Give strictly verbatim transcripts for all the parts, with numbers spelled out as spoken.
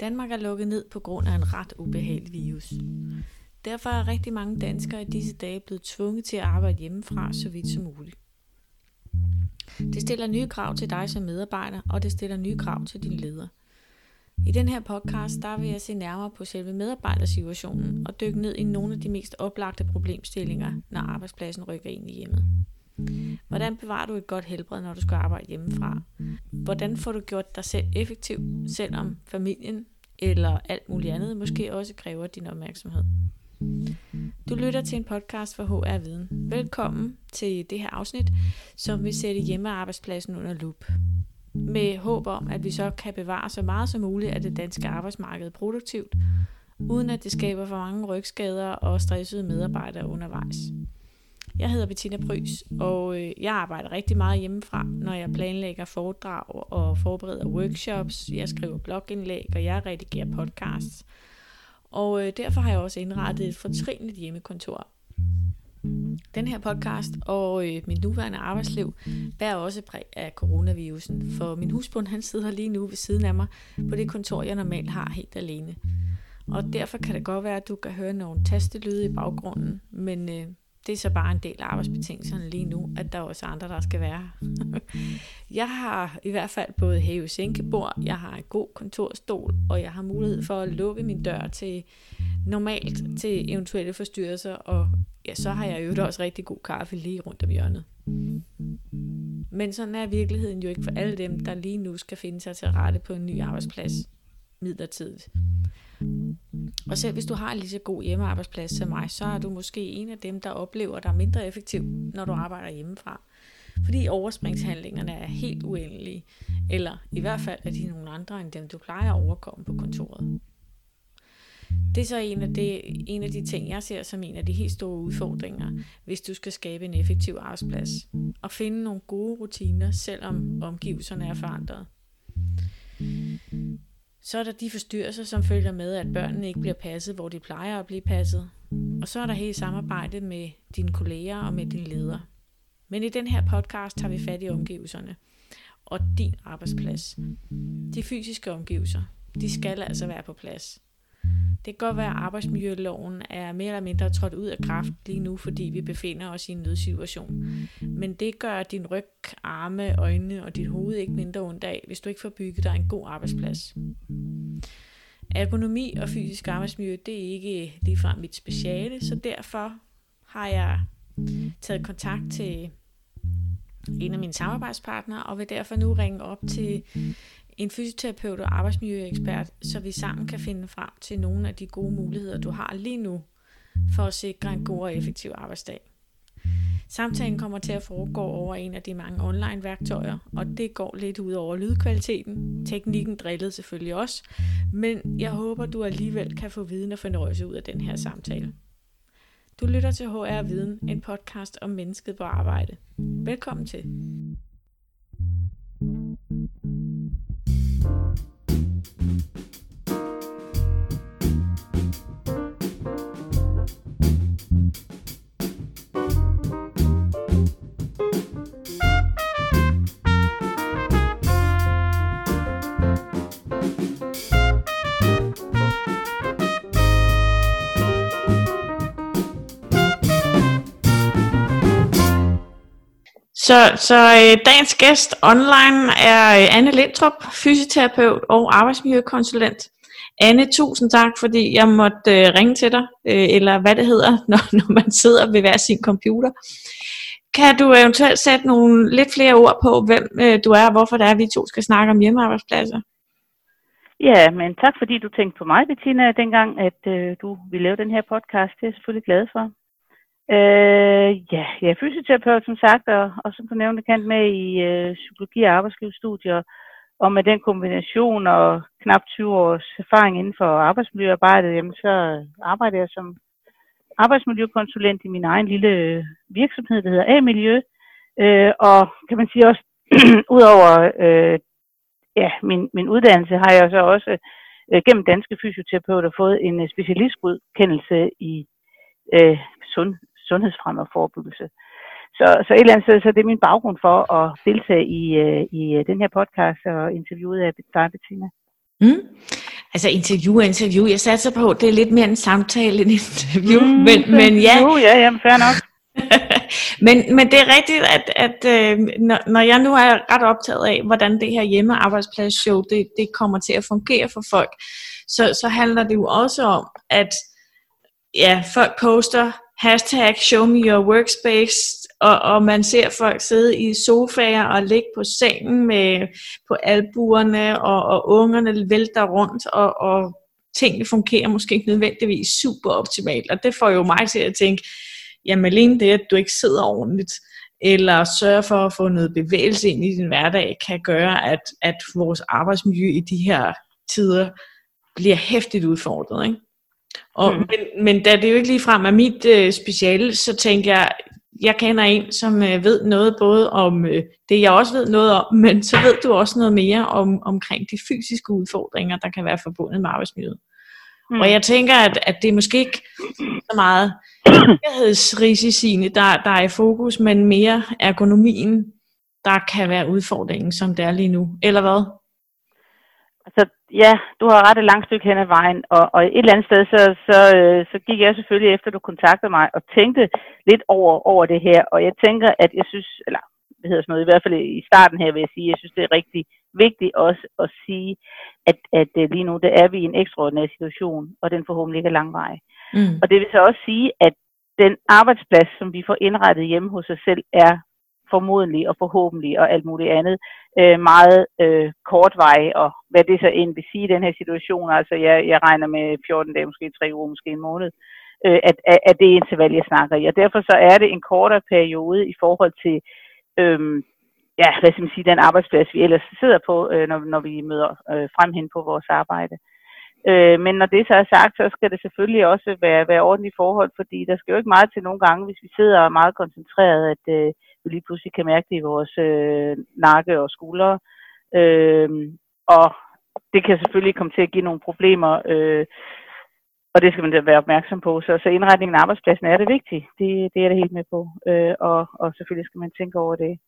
Danmark er lukket ned på grund af en ret ubehagelig virus. Derfor er rigtig mange danskere i disse dage blevet tvunget til at arbejde hjemmefra så vidt som muligt. Det stiller nye krav til dig som medarbejder, og det stiller nye krav til din leder. I den her podcast, der vil jeg se nærmere på selve medarbejdersituationen og dykke ned i nogle af de mest oplagte problemstillinger, når arbejdspladsen rykker ind i hjemmet. Hvordan bevarer du et godt helbred, når du skal arbejde hjemmefra? Hvordan får du gjort dig selv effektiv, selvom familien eller alt muligt andet måske også kræver din opmærksomhed? Du lytter til en podcast for H R Viden. Velkommen til det her afsnit, som vil sætte hjemmearbejdspladsen under lup. Med håb om, at vi så kan bevare så meget som muligt af det danske arbejdsmarked produktivt, uden at det skaber for mange rygskader og stressede medarbejdere undervejs. Jeg hedder Bettina Prys, og jeg arbejder rigtig meget hjemmefra, når jeg planlægger foredrag og forbereder workshops, jeg skriver blogindlæg, og jeg redigerer podcasts. Og derfor har jeg også indrettet et fortrinligt hjemmekontor. Den her podcast og mit nuværende arbejdsliv bærer også præg af coronavirusen, for min husbund han sidder lige nu ved siden af mig på det kontor, jeg normalt har helt alene. Og derfor kan det godt være, at du kan høre nogle tastelyde i baggrunden, men øh, det er så bare en del af arbejdsbetingelserne lige nu, at der er også andre, der skal være her. Jeg har i hvert fald både hæve-sænkebord, jeg har en god kontorstol, og jeg har mulighed for at lukke min dør til normalt til eventuelle forstyrrelser, og ja, så har jeg jo også rigtig god kaffe lige rundt om hjørnet. Men sådan er virkeligheden jo ikke for alle dem, der lige nu skal finde sig til rette på en ny arbejdsplads midlertidigt. Og selv hvis du har en lige så god hjemmearbejdsplads som mig, så er du måske en af dem, der oplever, dig mindre effektiv, når du arbejder hjemmefra. Fordi overspringshandlingerne er helt uendelige, eller i hvert fald er de nogle andre end dem, du plejer at overkomme på kontoret. Det er så en af, det, en af de ting, jeg ser som en af de helt store udfordringer, hvis du skal skabe en effektiv arbejdsplads, og finde nogle gode rutiner, selvom omgivelserne er forandret. Så er der de forstyrrelser, som følger med, at børnene ikke bliver passet, hvor de plejer at blive passet. Og så er der hele samarbejdet med dine kolleger og med din leder. Men i den her podcast tager vi fat i omgivelserne og din arbejdsplads. De fysiske omgivelser, de skal altså være på plads. Det kan godt være, at arbejdsmiljøloven er mere eller mindre trådt ud af kraft lige nu, fordi vi befinder os i en nødsituation. Men det gør din ryg, arme, øjne og dit hoved ikke mindre ondt af, hvis du ikke får bygget dig en god arbejdsplads. Ergonomi og fysisk arbejdsmiljø, det er ikke ligefrem mit speciale, så derfor har jeg taget kontakt til en af mine samarbejdspartnere, og vil derfor nu ringe op til en fysioterapeut og arbejdsmiljøekspert, så vi sammen kan finde frem til nogle af de gode muligheder, du har lige nu, for at sikre en god og effektiv arbejdsdag. Samtalen kommer til at foregå over en af de mange online værktøjer, og det går lidt ud over lydkvaliteten. Teknikken drillede selvfølgelig også, men jeg håber, du alligevel kan få viden og fornøjelse ud af den her samtale. Du lytter til H R Viden, en podcast om mennesket på arbejde. Velkommen til. Så, så øh, dagens gæst online er øh, Anne Lintrup, fysioterapeut og arbejdsmiljøkonsulent. Anne, tusind tak, fordi jeg måtte øh, ringe til dig, øh, eller hvad det hedder, når, når man sidder ved hver sin computer. Kan du eventuelt sætte nogle lidt flere ord på, hvem øh, du er, og hvorfor det er, at vi to skal snakke om hjemmearbejdspladser? Ja, men tak fordi du tænkte på mig, Bettina, dengang, at øh, du ville lave den her podcast. Det er jeg selvfølgelig glad for. Øh, ja, jeg er fysioterapeut, som sagt, og, og som du nævnte, kendt med i øh, psykologi- og arbejdslivsstudier, og med den kombination og knap tyve års erfaring inden for arbejdsmiljøarbejdet, jamen, så arbejder jeg som arbejdsmiljøkonsulent i min egen lille virksomhed, der hedder A-miljø, øh, og kan man sige også, udover øh, ja, min, min uddannelse, har jeg så også øh, gennem danske fysioterapeuter fået en specialistgodkendelse i øh, sund, sundhedsfremme og forebyggelse. Så, så et eller andet sted, så det er min baggrund for at deltage i, uh, i den her podcast og interviewet af dig, Bettina. Mm. Altså interview og interview, jeg satser på, det er lidt mere en samtale end interview, Mm, men, men ja. Jo, ja, jamen, fair nok. men, men det er rigtigt, at, at øh, når, når jeg nu er ret optaget af, hvordan det her hjemmearbejdspladsshow, det, det kommer til at fungere for folk, så, så handler det jo også om, at ja, folk poster hashtag show me your workspace, og, og man ser folk sidde i sofaer og ligge på sengen med, på albuerne, og, og ungerne vælter rundt, og, og tingene fungerer måske ikke nødvendigvis super optimalt, og det får jo mig til at tænke, jamen alene det, at du ikke sidder ordentligt, eller sørger for at få noget bevægelse ind i din hverdag, kan gøre, at, at vores arbejdsmiljø i de her tider bliver hæftigt udfordret, ikke? Og, mm. men, men da det jo ikke ligefrem er mit øh, speciale, så tænker jeg, jeg kender en, som øh, ved noget både om øh, det, jeg også ved noget om, men så ved du også noget mere om, omkring de fysiske udfordringer, der kan være forbundet med arbejdsmiljøet. Mm. Og jeg tænker, at, at det er måske ikke så meget sikkerhedsrisiciene, der, der er i fokus, men mere ergonomien, der kan være udfordringen, som det er lige nu. Eller hvad? Altså, ja, du har ret et langt stykke hen ad vejen, og, og et eller andet sted, så, så, så gik jeg selvfølgelig efter, du kontaktede mig, og tænkte lidt over, over det her, og jeg tænker, at jeg synes, eller det hedder sådan noget, i hvert fald i starten her vil jeg sige, jeg synes, det er rigtig vigtigt også at sige, at, at lige nu, der er vi i en ekstraordinær situation, og den forhåbentlig ikke er langvarig. Mm. Og det vil så også sige, at den arbejdsplads, som vi får indrettet hjemme hos os selv, er formodentlig og forhåbentlig og alt muligt andet øh, meget øh, kortvarig, og hvad det så end vil sige i den her situation, altså jeg, jeg regner med fjorten dage, måske tre uger, måske en måned, øh, at, at, at det er interval, jeg snakker i, og derfor så er det en kortere periode i forhold til øh, ja, hvad skal man sige, den arbejdsplads, vi ellers sidder på, øh, når, når vi møder øh, frem hen på vores arbejde. Øh, men når det så er sagt, så skal det selvfølgelig også være, være ordentlige forhold, fordi der skal jo ikke meget til nogle gange, hvis vi sidder meget koncentreret, at øh, vi lige pludselig kan mærke det i vores øh, nakke og skuldre. Øh, og det kan selvfølgelig komme til at give nogle problemer, øh, og det skal man da være opmærksom på. Så, så indretningen af arbejdspladsen er det vigtigt. Det, det er det helt med på. Øh, og, og selvfølgelig skal man tænke over det.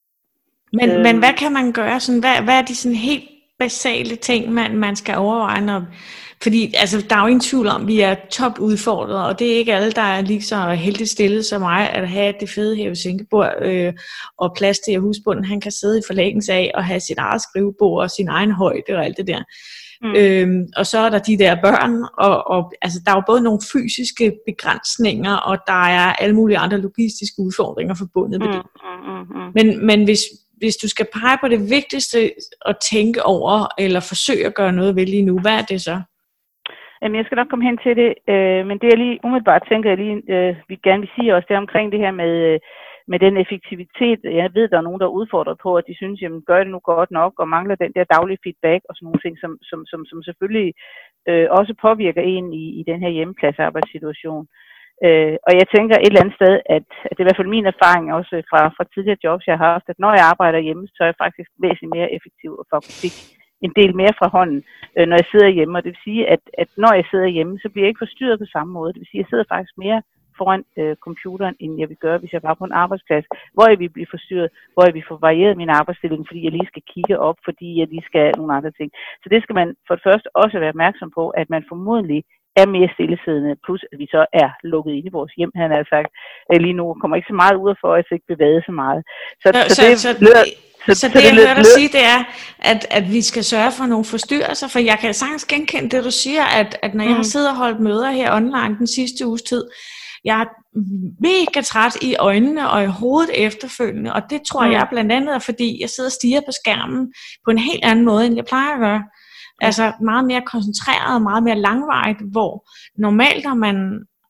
Men, øh, men hvad kan man gøre? Sådan, hvad, hvad er de sådan helt basale ting, man, man skal overveje, når, fordi altså, der er jo ingen tvivl om, at vi er top udfordret, og det er ikke alle, der er lige så heldigt stillet som mig, at have det fede hæve-sænkebord øh, og plads til, at husbunden han kan sidde i forlængelse af og have sit eget skrivebord og sin egen højde og alt det der. Mm. Øhm, og så er der de der børn, og, og altså, der er jo både nogle fysiske begrænsninger, og der er alle mulige andre logistiske udfordringer forbundet med mm, det. Mm, mm, mm. Men, men hvis Hvis du skal pege på det vigtigste at tænke over, eller forsøge at gøre noget ved lige nu, hvad er det så? Jamen, jeg skal nok komme hen til det, øh, men det jeg lige umiddelbart tænker, jeg lige øh, vi gerne vil sige også, det er omkring det her med, øh, med den effektivitet. Jeg ved, der er nogen, der er udfordret på, at de synes, jamen gør det nu godt nok, og mangler den der daglige feedback, og sådan nogle ting, som, som, som, som selvfølgelig øh, også påvirker en i, i den her hjemmepladsarbejdssituation. Øh, og jeg tænker et eller andet sted, at, at det er i hvert fald min erfaring også fra, fra tidligere jobs, jeg har haft, at når jeg arbejder hjemme, så er jeg faktisk væsentligt mere effektiv og faktisk en del mere fra hånden, øh, når jeg sidder hjemme. Og det vil sige, at, at når jeg sidder hjemme, så bliver jeg ikke forstyrret på samme måde. Det vil sige, at jeg sidder faktisk mere foran øh, computeren, end jeg vil gøre, hvis jeg var på en arbejdsplads, hvor jeg vil blive forstyrret, hvor jeg vil få varieret min arbejdsstilling, fordi jeg lige skal kigge op, fordi jeg lige skal nogle andre ting. Så det skal man for det første også være opmærksom på, at man formodentlig er mere stillesiddende, plus at vi så er lukket inde i vores hjem, han har sagt, lige nu kommer ikke så meget ud af for os, ikke bevæge så meget. Så, så, så, det, så, løder, så, så, så det, jeg hører dig sige, det er, at, at vi skal sørge for nogle forstyrrelser, for jeg kan sagtens genkende det, du siger, at, at når mm. jeg har siddet og holdt møder her online den sidste uges tid, jeg er mega træt i øjnene og i hovedet efterfølgende, og det tror mm. jeg blandt andet er, fordi jeg sidder og stiger på skærmen på en helt anden måde, end jeg plejer at gøre. Altså meget mere koncentreret og meget mere langvarigt, hvor normalt når man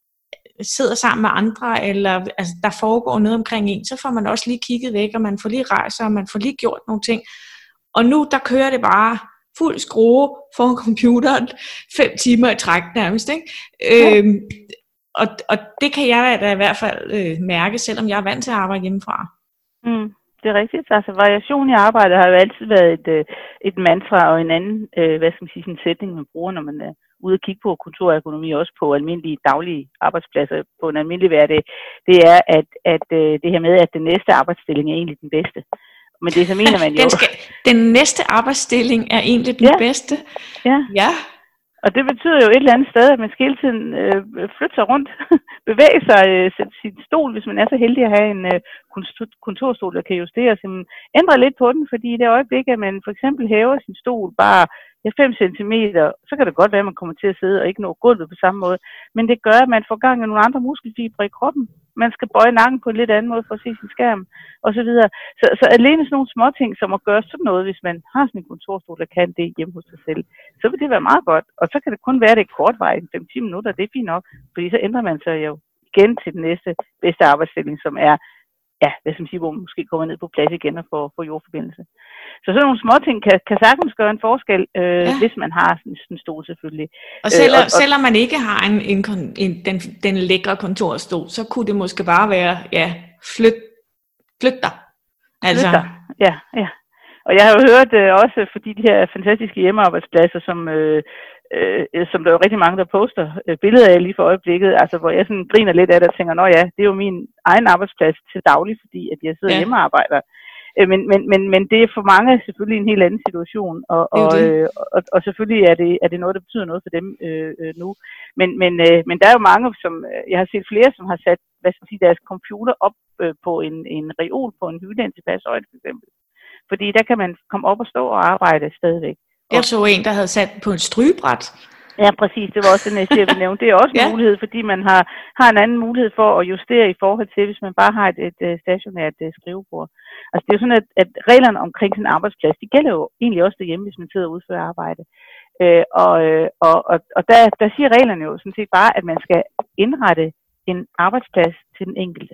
sidder sammen med andre, eller altså, der foregår noget omkring en, så får man også lige kigget væk, og man får lige rejser, og man får lige gjort nogle ting. Og nu der kører det bare fuld skrue foran computeren, fem timer i træk nærmest, ikke? Ja. Øhm, og, og det kan jeg da i hvert fald øh, mærke, selvom jeg er vant til at arbejde hjemmefra. Mm. Det er rigtigt. Altså variation i arbejdet har jo altid været et, et mantra, og en anden, øh, hvad skal man sige, sådan en sætning, man bruger, når man er ude at kigge på kontorergonomi, også på almindelige daglige arbejdspladser, på en almindelig hverdag. Det er, at, at øh, det her med, at den næste arbejdsstilling er egentlig den bedste. Men det så mener man jo. Den, skal, den næste arbejdsstilling er egentlig den ja. bedste? Ja. Ja. Og det betyder jo et eller andet sted, at man skal hele tiden øh, flytte sig rundt, bevæge sig, øh, sætte sin stol, hvis man er så heldig at have en øh, kontorstol, der kan justeres. Ændre lidt på den, fordi i det øjeblik, at man for eksempel hæver sin stol bare ja, fem centimeter, så kan det godt være, at man kommer til at sidde og ikke nå gulvet på samme måde. Men det gør, at man får gang i nogle andre muskelfibre i kroppen. Man skal bøje nakken på en lidt anden måde for at se sin skærm, og så videre. Så, så alene sådan nogle små ting, som at gøre sådan noget, hvis man har sådan en kontorstol, der kan det hjemme hos sig selv, så vil det være meget godt. Og så kan det kun være, det er kortvarigt, fem til ti minutter, det er fint nok, fordi så ændrer man sig jo igen til den næste bedste arbejdsstilling, som er, ja, hvad som siger, hvor man måske kommer ned på plads igen og får, får jordforbindelse. Så sådan nogle små ting kan, kan sagtens gøre en forskel, øh, ja. Hvis man har sådan en stol selvfølgelig. Og, selv, øh, og, og selvom man ikke har en, en, en, den, den lækre kontorstol, så kunne det måske bare være, ja, flyt, flyt dig. Altså. Flyt dig, ja, ja. Og jeg har jo hørt øh, også, fordi de her fantastiske hjemmearbejdspladser, som, øh, øh, som der er jo rigtig mange, der poster øh, billeder af lige for øjeblikket, altså hvor jeg sådan griner lidt af det og tænker, nå ja, det er jo min egen arbejdsplads til daglig, fordi at jeg sidder ja. hjemme og arbejder. Øh, men, men, men, men det er for mange selvfølgelig en helt anden situation, og, og, øh, og, og selvfølgelig er det, er det noget, der betyder noget for dem øh, øh, nu. Men, men, øh, men der er jo mange, som jeg har set flere, som har sat hvad skal man sige, deres computer op øh, på en, en reol, på en hylde, en tilpas højde for eksempel. Fordi der kan man komme op og stå og arbejde stadigvæk. Jeg så en, der havde sat på et strygebræt. Ja, præcis. Det var også den, jeg vil nævne. Det er også en ja. mulighed, fordi man har, har en anden mulighed for at justere i forhold til, hvis man bare har et, et, et stationært et skrivebord. Altså det er jo sådan, at, at reglerne omkring sådan en arbejdsplads, de gælder jo egentlig også derhjemme, hvis man sidder og udfører arbejde. Øh, og og, og, og der, der siger reglerne jo sådan set bare, at man skal indrette en arbejdsplads til den enkelte.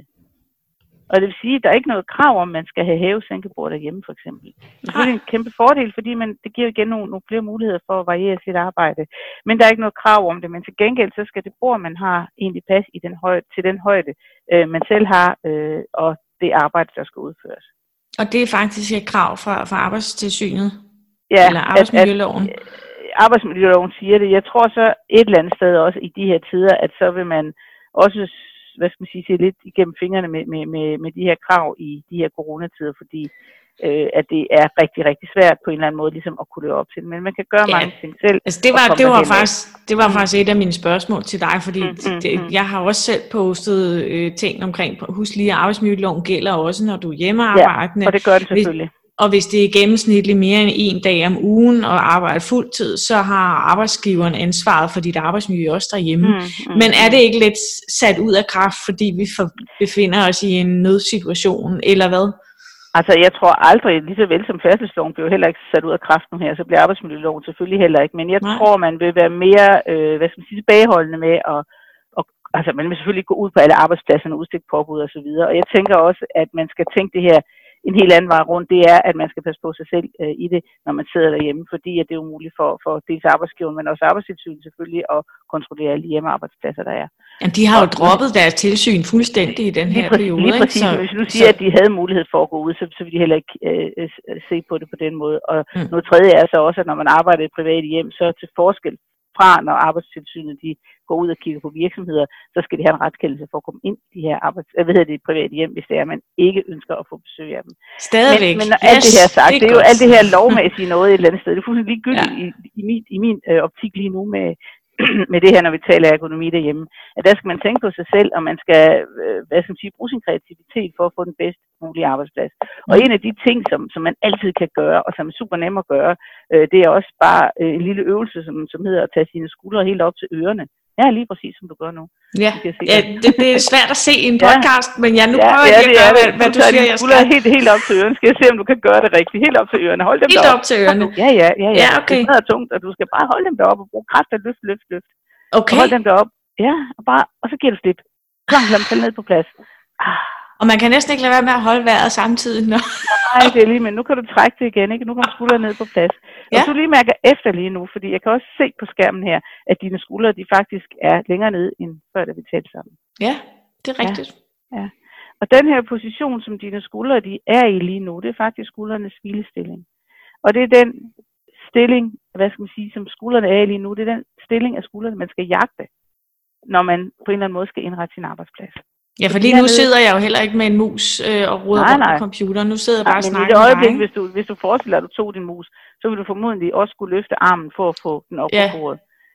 Og det vil sige, at der er ikke noget krav om, at man skal have hæve-sænkebord derhjemme, for eksempel. Det er en kæmpe fordel, fordi man, det giver igen nogle, nogle flere muligheder for at variere sit arbejde. Men der er ikke noget krav om det. Men til gengæld, så skal det bord, man har, egentlig passe i den højde, til den højde, øh, man selv har, øh, og det arbejde, der skal udføres. Og det er faktisk et krav fra, fra Arbejdstilsynet? Ja, eller Arbejdsmiljøloven? At, at, Arbejdsmiljøloven siger det. Jeg tror så et eller andet sted også i de her tider, at så vil man også hvad skal man sige, se lidt igennem fingrene med, med, med, med de her krav i de her coronatider, fordi øh, at det er rigtig, rigtig svært på en eller anden måde ligesom at kunne løbe op til det. Men man kan gøre ja. mange ting selv. Altså det var, det var, faktisk, det var faktisk et af mine spørgsmål til dig, fordi mm, mm, det, mm. jeg har også selv postet øh, ting omkring, husk lige, at arbejdsmiljøloven gælder også, når du er hjemmearbejdende. Ja, og det gør det selvfølgelig. Hvis, og hvis det er gennemsnitligt mere end en dag om ugen og arbejder fuldtid, så har arbejdsgiveren ansvaret for dit arbejdsmiljø også derhjemme. Mm, mm, Men er det ikke lidt sat ud af kraft, fordi vi befinder os i en nødsituation, eller hvad? Altså jeg tror aldrig, lige så vel som færdselsloven bliver heller ikke sat ud af kraft nu her, så bliver arbejdsmiljøloven selvfølgelig heller ikke. Men jeg Nej. tror, man vil være mere øh, hvad skal man sige, tilbageholdende med at og, altså man vil selvfølgelig gå ud på alle arbejdspladserne og udstikke påbud og så videre. Og jeg tænker også, at man skal tænke det her en helt anden vej rundt, det er, at man skal passe på sig selv øh, i det, når man sidder derhjemme, fordi at det er umuligt for, for dels arbejdsgiveren, men også Arbejdstilsynet selvfølgelig, at kontrollere alle hjemmearbejdspladser, der er. Jamen, de har jo droppet deres tilsyn fuldstændig i den her lige præcis, periode. Lige præcis, så, hvis du nu siger, så... at de havde mulighed for at gå ud, så, så vil de heller ikke øh, se på det på den måde. Og mm. noget tredje er så også, at når man arbejder i private hjem, så til forskel fra, når Arbejdstilsynet de går ud og kigger på virksomheder, så skal de have en retskendelse for at komme ind i de her arbejds, hvad hedder det, private hjem, hvis det er, at man ikke ønsker at få besøg af dem. Stadigvæk. Men, men når yes, alt det her sagt, det er, det er jo alt det her lovmæssige noget et eller andet sted. Det er fuldstændig ligegyldigt ja. i, i min, i min øh, optik lige nu med, med det her, når vi taler ergonomi derhjemme. At der skal man tænke på sig selv, og man skal, øh, hvad skal man sige, bruge sin kreativitet for at få den bedst mulige arbejdsplads. Mm. Og en af de ting, som, som man altid kan gøre, og som er super nem at gøre, øh, det er også bare øh, en lille øvelse, som, som hedder at tage sine skuldre helt op til ørerne. Ja, lige præcis som du gør nu. Ja, ja det, det er svært at se i en podcast, ja. men jeg nu prøver ja, ja, at gøre, hvad, hvad du siger, jeg skal. Helt, helt op til ørerne. Skal jeg se, om du kan gøre det rigtigt. Helt op til ørerne. Hold dem helt deroppe. Helt op til ørerne? Ja, ja, ja. ja. ja okay. Det er tungt, og du skal bare holde dem deroppe og bruge kraft og løft, løft, løft. Okay. Og hold dem deroppe. Ja, og, bare, og så giver du slip. Klang, lad dem falde ned på plads. Ah. Og man kan næsten ikke lade være med at holde vejret samtidig. Når... Nej, det er lige, men nu kan du trække det igen, ikke? Nu kommer skuldrene ned på plads. Ja. Og du lige mærker efter lige nu, fordi jeg kan også se på skærmen her, at dine skuldre, de faktisk er længere nede, end før da vi talte sammen. Ja, det er rigtigt. Ja. Ja. Og den her position, som dine skuldre, de er i lige nu, det er faktisk skuldernes hvilestilling. Og det er den stilling, hvad skal man sige, som skuldrene er i lige nu, det er den stilling af skuldrene, man skal jagte, når man på en eller anden måde skal indrette sin arbejdsplads. Ja, for lige nu sidder jeg jo heller ikke med en mus øh, og roder rundt på computeren. Nu sidder jeg bare og snakker med dig. Men i det øjeblik, hvis du, hvis du forestiller dig, at du tog din mus, så vil du formodentlig også skulle løfte armen for at få den op ja. på bordet.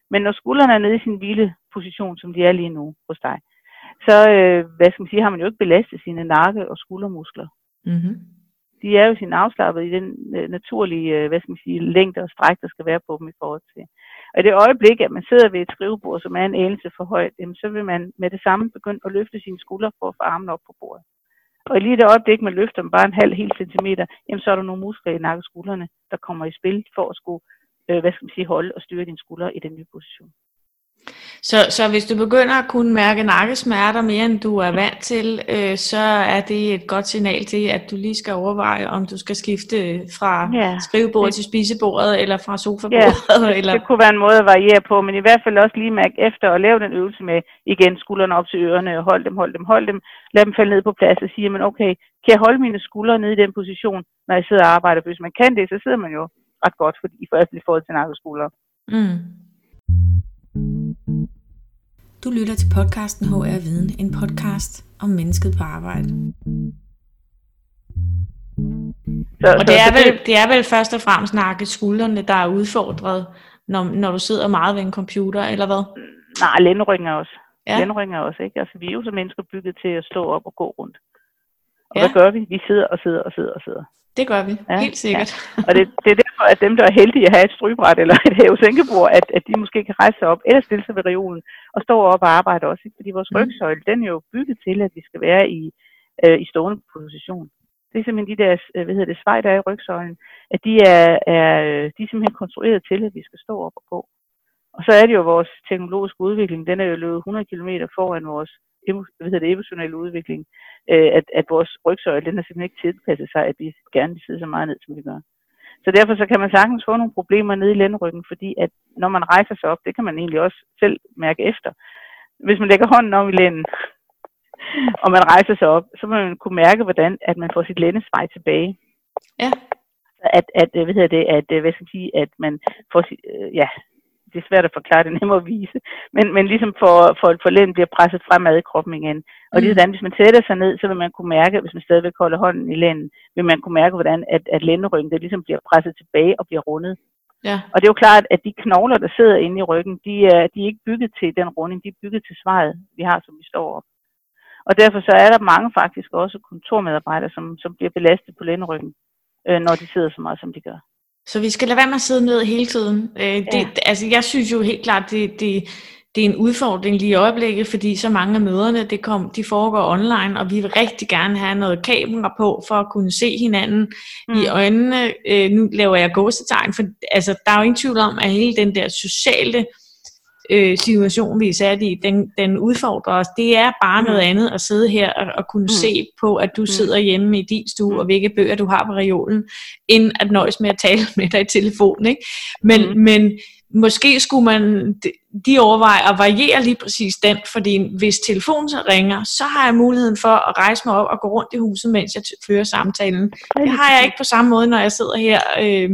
Men når skuldrene er nede i sin hvileposition, som de er lige nu hos dig, så øh, hvad skal man sige, har man jo ikke belastet sine nakke- og skuldermuskler. Mm-hmm. De er jo sin afslappet i den øh, naturlige øh, hvad skal man sige, længde og stræk, der skal være på dem i forhold til. Og i det øjeblik, at man sidder ved et skrivebord, som er en anelse for højt, jamen, så vil man med det samme begynde at løfte sine skuldre for at få armene op på bordet. Og lige i det øjeblik, man løfter dem bare en halv helt centimeter, jamen, så er der nogle muskler i nakkeskuldrene, der kommer i spil for at skulle øh, hvad skal man sige, holde og styre dine skuldre i den nye position. Så, så hvis du begynder at kunne mærke nakkesmerter mere end du er vant til, øh, så er det et godt signal til, at du lige skal overveje, om du skal skifte fra ja. skrivebordet til spisebordet, eller fra sofabordet. Ja, eller... det kunne være en måde at variere på, men i hvert fald også lige mærke efter og lave den øvelse med igen skuldrene op til ørerne, og hold dem, hold dem, hold dem, lad dem falde ned på plads og sige, men okay, kan jeg holde mine skuldre nede i den position, når jeg sidder og arbejder? Hvis man kan det, så sidder man jo ret godt, fordi i forhold til nakkeskulder. Mm. Du lytter til podcasten H R Viden, en podcast om mennesket på arbejde. Så, og det er, vel, det er vel først og fremmest nakkeskuldrene, der er udfordret, når, når du sidder meget ved en computer, eller hvad? Nej, lændryggen er også. Ja. Lændryggen er også, ikke? Altså, vi er jo som mennesker bygget til at stå op og gå rundt. Og ja. Hvad gør vi? Vi sidder og sidder og sidder og sidder. Det gør vi, ja, helt sikkert. Ja. Og det, det er derfor, at dem, der er heldige at have et strygebræt eller et hæve-sænkebord, at, at de måske kan rejse sig op eller stille sig ved reolen og stå op og arbejde også. Ikke? Fordi vores mm. rygsøjle, den er jo bygget til, at vi skal være i, øh, i stående position. Det er simpelthen de der, hvad hedder det, svej, der er i rygsøjlen, at de er, er, de er simpelthen konstrueret til, at vi skal stå op og gå. Og så er det jo vores teknologiske udvikling, den er jo løbet hundrede kilometer foran vores hvad hedder det, evolutionelle udvikling, øh, at, at vores rygsøjle, den har simpelthen ikke tilpasset sig, at vi gerne vil sidde så meget ned, som vi gør. Så derfor så kan man sagtens få nogle problemer nede i lændryggen, fordi at når man rejser sig op, det kan man egentlig også selv mærke efter. Hvis man lægger hånden om i lænden, og man rejser sig op, så vil man kunne mærke, hvordan at man får sit lændesvej tilbage. Ja. At, at, hvad hedder det, at, hvad skal jeg sige, at man får sit, øh, ja, det er svært at forklare, det er nemmere at vise, men, men ligesom for, for, for lænden bliver presset fremad i kroppen igen. Og mm. ligesom, hvis man sætter sig ned, så vil man kunne mærke, hvis man stadigvæk holder hånden i lænden, vil man kunne mærke, hvordan at, at lænderyggen, det ligesom bliver presset tilbage og bliver rundet. Ja. Og det er jo klart, at de knogler, der sidder inde i ryggen, de er, de er ikke bygget til den runding, de er bygget til svaret, vi har, som vi står op. Og derfor så er der mange faktisk også kontormedarbejdere, som, som bliver belastet på lænderyggen, øh, når de sidder så meget, som de gør. Så vi skal lade være med at sidde ned hele tiden. Øh, det, ja. Altså, jeg synes jo helt klart, det, det, det er en udfordring lige i øjeblikket, fordi så mange af møderne, det kom, de foregår online, og vi vil rigtig gerne have noget kamera på, for at kunne se hinanden mm. i øjnene. Øh, nu laver jeg gåsetegn, for altså, der er jo ingen tvivl om, at hele den der sociale øh, situation, vi er sat i, den, den udfordrer os. Det er bare mm. noget andet at sidde her og, og kunne mm. se på, at du sidder hjemme i din stue, mm. og hvilke bøger du har på reolen, end at nøjes med at tale med dig i telefonen. Ikke? Men, mm. men måske skulle man de overveje at variere lige præcis den, fordi hvis telefonen så ringer, så har jeg muligheden for at rejse mig op og gå rundt i huset, mens jeg fører samtalen. Det har jeg ikke på samme måde, når jeg sidder her øh,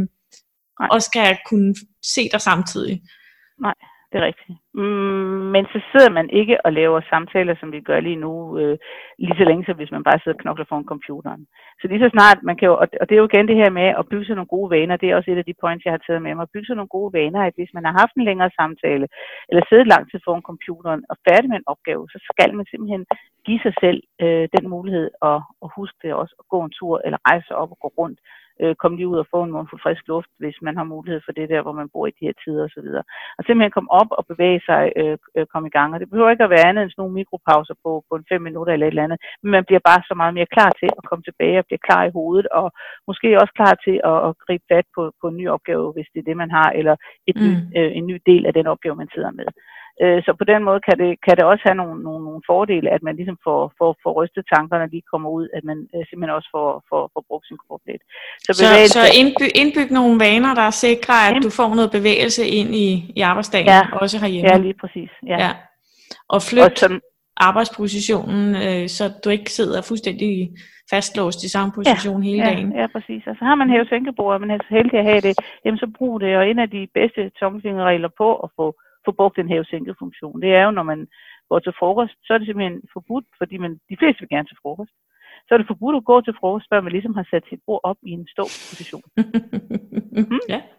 og skal kunne se dig samtidig. Nej. Det er rigtigt. Mm, men så sidder man ikke og laver samtaler, som vi gør lige nu, øh, lige så længe, så hvis man bare sidder og knokler foran computeren. Så lige så snart, man kan jo, og det er jo igen det her med at bygge sig nogle gode vaner, det er også et af de points, jeg har taget med mig, at bygge sig nogle gode vaner, at hvis man har haft en længere samtale, eller siddet lang tid foran computeren og færdig med en opgave, så skal man simpelthen give sig selv øh, den mulighed at, at huske det også, at gå en tur, eller rejse sig op og gå rundt. Komme lige ud og få en mundfuld frisk luft, hvis man har mulighed for det der, hvor man bor i de her tider og så videre. Og simpelthen komme op og bevæge sig, øh, komme i gang. Og det behøver ikke at være andet end sådan nogle mikropauser på, på en fem minutter eller et eller andet, men man bliver bare så meget mere klar til at komme tilbage og blive klar i hovedet, og måske også klar til at, at gribe fat på, på en ny opgave, hvis det er det, man har, eller et mm. ny, øh, en ny del af den opgave, man sidder med. Så på den måde kan det, kan det også have nogle, nogle, nogle fordele, at man ligesom får, får, får rystet tankerne, når de kommer ud, at man øh, simpelthen også får, får, får brugt sin krop lidt. Så, så, så indbyg, indbyg nogle vaner, der sikrer, at du får noget bevægelse ind i, i arbejdsdagen, ja, også herhjemme. Ja, lige præcis. Ja. Ja. Og flyt og som, arbejdspositionen, øh, så du ikke sidder fuldstændig fastlåst i samme position ja, hele ja, dagen. Ja, præcis. Altså har man hæve-sænkebord, og man er så heldig at have det, jamen så brug det. Og en af de bedste tommelfingerregler på at få få brugt den hæve-sænke-funktion. Det er jo, når man går til frokost, så er det simpelthen forbudt, fordi man, de fleste vil gerne til frokost. Så er det forbudt at gå til frokost, før man ligesom har sat sit bord op i en stå-position. mm? Ja.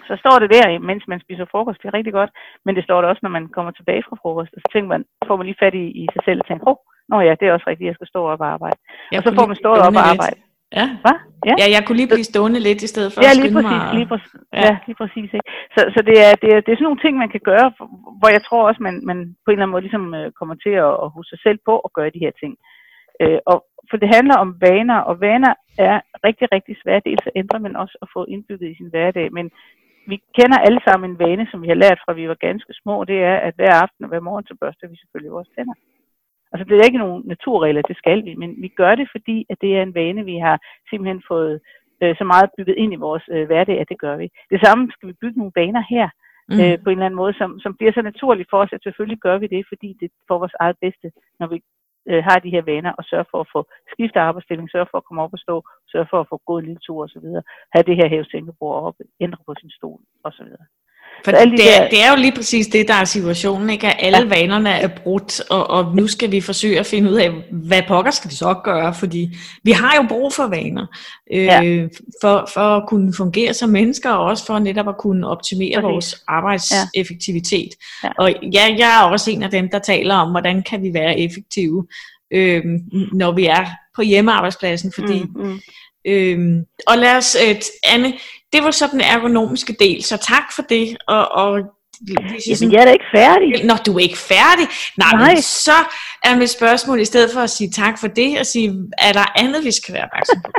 Så står det der, mens man spiser frokost, det er rigtig godt, men det står der også, når man kommer tilbage fra frokost, og så tænker man, får man lige fat i, i sig selv og tænker, åh, oh, nå ja, det er også rigtigt, jeg skal stå op og arbejde. Jeg og så får man stået op og arbejde. Ja. Hvad? Ja. ja, jeg kunne lige blive stående lidt i stedet for ja, at lige skynde præcis, mig. Lige præcis, ja. ja, lige præcis. Ikke? Så, så det, er, det, er, det er sådan nogle ting, man kan gøre, hvor jeg tror også, man, man på en eller anden måde ligesom kommer til at, at huske sig selv på at gøre de her ting. Øh, og for det handler om vaner, og vaner er rigtig, rigtig svært dels at ændre, men også at få indbygget i sin hverdag. Men vi kender alle sammen en vane, som vi har lært fra vi var ganske små, det er, at hver aften og hver morgen så børster vi selvfølgelig vores tænder. Altså det er ikke nogen naturregler, det skal vi, men vi gør det, fordi at det er en vane, vi har simpelthen fået øh, så meget bygget ind i vores øh, hverdag, at det gør vi. Det samme skal vi bygge nogle vaner her, mm. øh, på en eller anden måde, som, som bliver så naturligt for os, at selvfølgelig gør vi det, fordi det er for vores eget bedste, når vi øh, har de her vaner, og sørger for at få skiftet arbejdsstilling, sørger for at komme op og stå, sørger for at få gået en lille tur osv., have det her hæve-sænke-bord op, ændre på sin stol osv. For de det, er, der... det er jo lige præcis det, der er situationen, ikke? At alle ja. vanerne er brudt, og, og nu skal vi forsøge at finde ud af, hvad pokker skal vi så gøre, fordi vi har jo brug for vaner, øh, ja. for, for at kunne fungere som mennesker, og også for netop at kunne optimere præcis. vores arbejdseffektivitet. Ja. Ja. Og ja, jeg er også en af dem, der taler om, hvordan kan vi være effektive, øh, når vi er på hjemmearbejdspladsen, fordi... Mm, mm. Øhm, og lad os, øh, Anne, det var så den ergonomiske del, så tak for det. Og, og Jamen, jeg er da ikke færdig. Nå, du er ikke færdig? Nej, Nej. Men så er mit spørgsmål, i stedet for at sige tak for det, og sige, er der andet, vi skal være opmærksom på?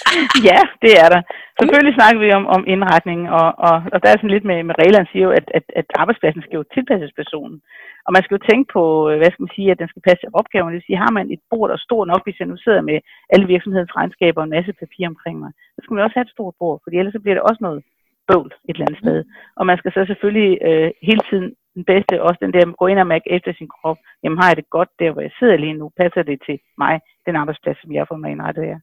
Ja, det er der. Selvfølgelig snakker vi om, om indretning, og, og, og der er sådan lidt med, med reglerne siger jo, at, at, at arbejdspladsen skal jo tilpasses personen. Og man skal jo tænke på, hvad skal man sige, at den skal passe til opgaven. Det vil sige, har man et bord, der er stort nok, hvis jeg nu sidder med alle virksomhedens regnskaber og en masse papir omkring mig, så skal man også have et stort bord, for ellers så bliver det også noget bøvl et eller andet sted. Og man skal så selvfølgelig øh, hele tiden den bedste, også den der, gå ind og mærke efter sin krop, jamen har jeg det godt der, hvor jeg sidder lige nu, passer det til mig, den arbejdsplads, som jeg har fået mig indrettet her.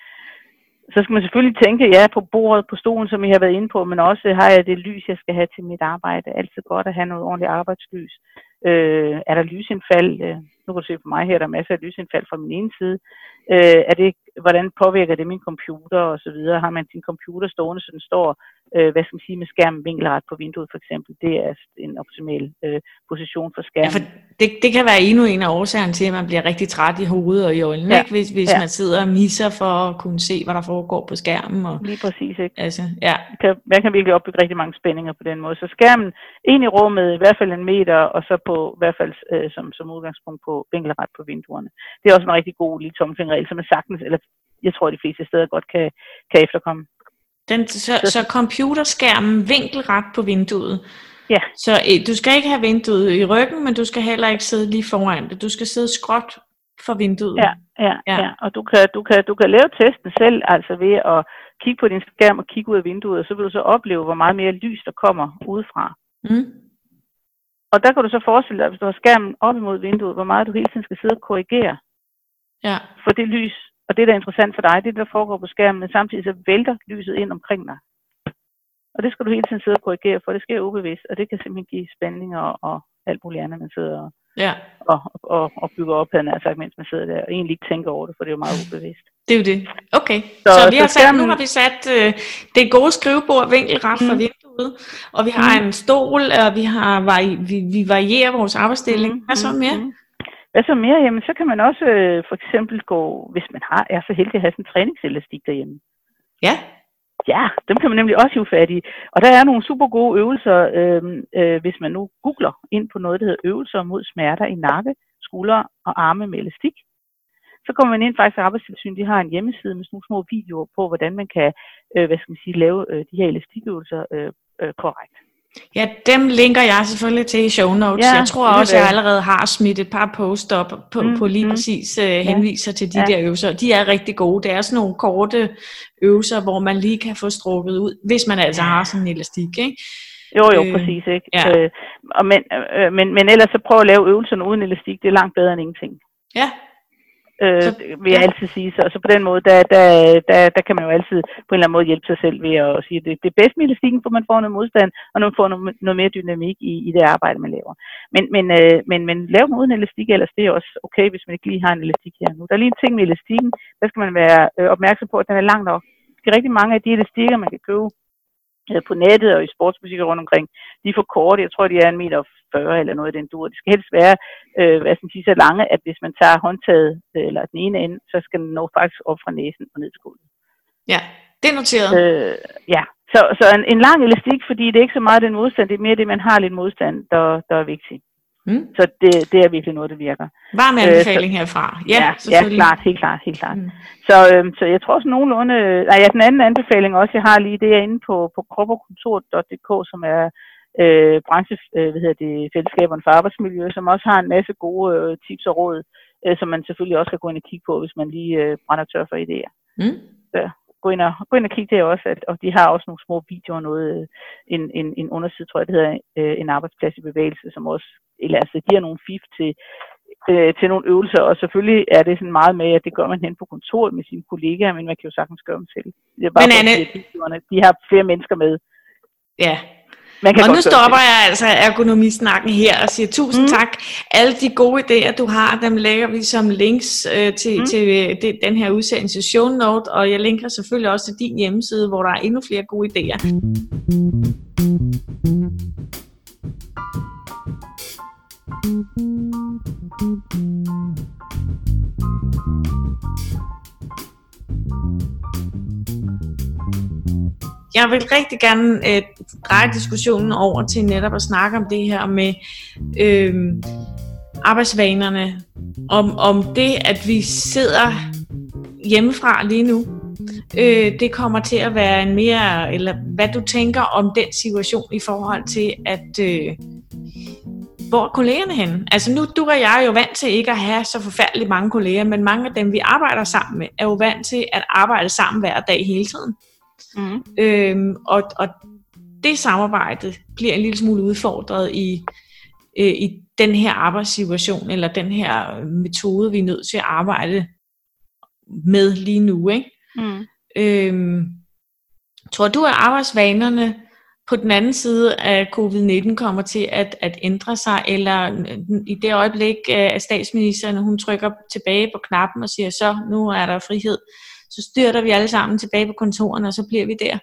Så skal man selvfølgelig tænke, ja, på bordet, på stolen, som I har været inde på, men også har jeg det lys, jeg skal have til mit arbejde. Altid godt at have noget ordentligt arbejdslys. Øh, er der lysindfald? Øh, nu kan du se på mig her, der er masser af lysindfald fra min ene side. Øh, er det, hvordan påvirker det min computer og så videre? Har man sin computer stående, så den står, øh, hvad skal man sige, med skærmen vinkelret på vinduet for eksempel? Det er en optimal øh, position for skærmen. Ja, for det, det kan være endnu en af årsagerne til, at man bliver rigtig træt i hovedet og i øjnene, ja. ikke? Hvis, hvis ja. man sidder og misser for at kunne se, hvad der foregår på skærmen. Og, lige præcis, ikke? Altså, ja. Man kan, man kan virkelig opbygge rigtig mange spændinger på den måde. Så skærmen ind i rummet, i hvert fald en meter, og så på i hvert fald øh, som, som udgangspunkt på vinkelret på vinduerne. Det er også en rigtig god lille tommelfingerregel, som er sagtens, eller jeg tror, de fleste steder godt kan, kan efterkomme. Den, så, så, så computerskærmen vinkelret på vinduet. Ja. Så øh, du skal ikke have vinduet i ryggen, men du skal heller ikke sidde lige foran det. Du skal sidde skråt for vinduet. Ja, ja, ja. ja. Og du kan, du, kan, du kan lave testen selv, altså ved at kigge på din skærm og kigge ud af vinduet, og så vil du så opleve, hvor meget mere lys der kommer udefra. Mm. Og der kan du så forestille dig, hvis du har skærmen op imod vinduet, hvor meget du hele tiden skal sidde og korrigere. Ja. For det lys. Og det, der er interessant for dig, det er det, der foregår på skærmen, men samtidig så vælter lyset ind omkring dig. Og det skal du hele tiden sidde og korrigere for, det sker ubevidst, og det kan simpelthen give spændinger og, og alt muligt andet, man sidder og, ja. og, og, og bygger op, havde jeg sagt, mens man sidder der, og egentlig ikke tænker over det, for det er jo meget ubevidst. Det er jo det. Okay, så, så, vi har sat, skærmen... nu har vi sat øh, det gode skrivebord vinkelret fra mm. vinduet, og vi har mm. en stol, og vi, har, vi, vi varierer vores arbejdsstilling. Mm. Hvad så mere? Mm. Hvad så mere? Jamen, så kan man også øh, for eksempel gå, hvis man har, er så heldig at have sådan en træningselastik derhjemme. Ja. Ja, dem kan man nemlig også hive fat i. Og der er nogle super gode øvelser, øh, øh, hvis man nu googler ind på noget, der hedder øvelser mod smerter i nakke, skuldre og arme med elastik. Så kommer man ind faktisk, at Arbejdstilsynet, de har en hjemmeside med sådan nogle små videoer på, hvordan man kan, øh, hvad skal man sige, lave øh, de her elastikøvelser øh, øh, korrekt. Ja, dem linker jeg selvfølgelig til i show notes. Ja, jeg tror også, at jeg allerede har smidt et par post op på, mm, på lige mm, præcis uh, henviser ja, til de ja. der øvelser. De er rigtig gode. Det er sådan nogle korte øvelser, hvor man lige kan få strukket ud, hvis man altså har sådan en elastik, ikke? Jo, jo, øh, præcis, ikke? Ja. Øh, og men, øh, men, men ellers så prøv at lave øvelserne uden elastik. Det er langt bedre end ingenting. Ja. Øh, så, vil jeg ja. altid sige. Så, så på den måde, der, der, der, der kan man jo altid på en eller anden måde hjælpe sig selv ved at sige, at det, det er bedst med elastikken, for man får noget modstand, og man får noget, noget mere dynamik i, i det arbejde, man laver. Men, men, øh, men, men lav dem uden elastik, ellers det er også okay, hvis man ikke lige har en elastik her nu. Der er lige en ting med elastikken, der skal man være øh, opmærksom på, at den er lang nok. Der er rigtig mange af de elastikker, man kan købe øh, på nettet og i sportsbutikker rundt omkring, de er for korte. Jeg tror, de er en meter fyrre eller noget af den dur. Det skal helst være øh, hvad skal man sige, så lange, at hvis man tager håndtaget øh, eller den ene ende, så skal den nå faktisk op fra næsen og ned til gulvet. Ja, det er noteret. Øh, ja, så, så en, en lang elastik, fordi det er ikke så meget den modstand, det er mere det, man har lidt modstand, der, der er vigtigt. Mm. Så det, det er virkelig noget, der virker. Varm anbefaling øh, herfra. Ja, ja, ja, klart, helt klart, helt klart. Mm. Så, øh, så jeg tror også nogenlunde, nej, ja, den anden anbefaling også, jeg har lige, det er inde på, på krop og kontor punktum d k, som er øh, branche, øh, hvad hedder det, fællesskaberne for arbejdsmiljø, som også har en masse gode øh, tips og råd, øh, som man selvfølgelig også kan gå ind og kigge på, hvis man lige øh, brænder tør for idéer. Mm. Så gå ind og, gå ind og kigge der også, at, og de har også nogle små videoer, noget, en, en, en underside, tror jeg, det hedder øh, en arbejdsplads i bevægelse, som også, eller altså, de har nogle fif til, øh, til nogle øvelser, og selvfølgelig er det sådan meget med, at det gør man hen på kontoret med sine kollegaer, men man kan jo sagtens gøre dem selv. Det er bare men Anne, videoerne, de har flere mennesker med. Ja. Og nu stopper jeg altså ergonomisnakken her og siger tusind mm. tak. Alle de gode idéer, du har, dem lægger vi som links øh, til, mm. til øh, det, den her udsendelse show note, og jeg linker selvfølgelig også til din hjemmeside, hvor der er endnu flere gode idéer. Jeg vil rigtig gerne øh, dreje diskussionen over til netop at snakke om det her med øh, arbejdsvanerne, om, om det, at vi sidder hjemmefra lige nu, øh, det kommer til at være en mere, eller hvad du tænker om den situation i forhold til, at øh, hvor er kollegerne henne? Altså nu, du og jeg er jo vant til ikke at have så forfærdeligt mange kolleger, men mange af dem, vi arbejder sammen med, er jo vant til at arbejde sammen hver dag hele tiden. Mm. Øhm, og, og det samarbejde bliver en lille smule udfordret i, øh, i den her arbejdssituation, eller den her metode, vi er nødt til at arbejde med lige nu, ikke? Mm. Øhm, tror du, at arbejdsvanerne på den anden side af covid nitten kommer til at, at ændre sig, eller i det øjeblik, at statsministeren hun trykker tilbage på knappen og siger, så nu er der frihed, så styrter vi alle sammen tilbage på kontorerne, og så bliver vi der?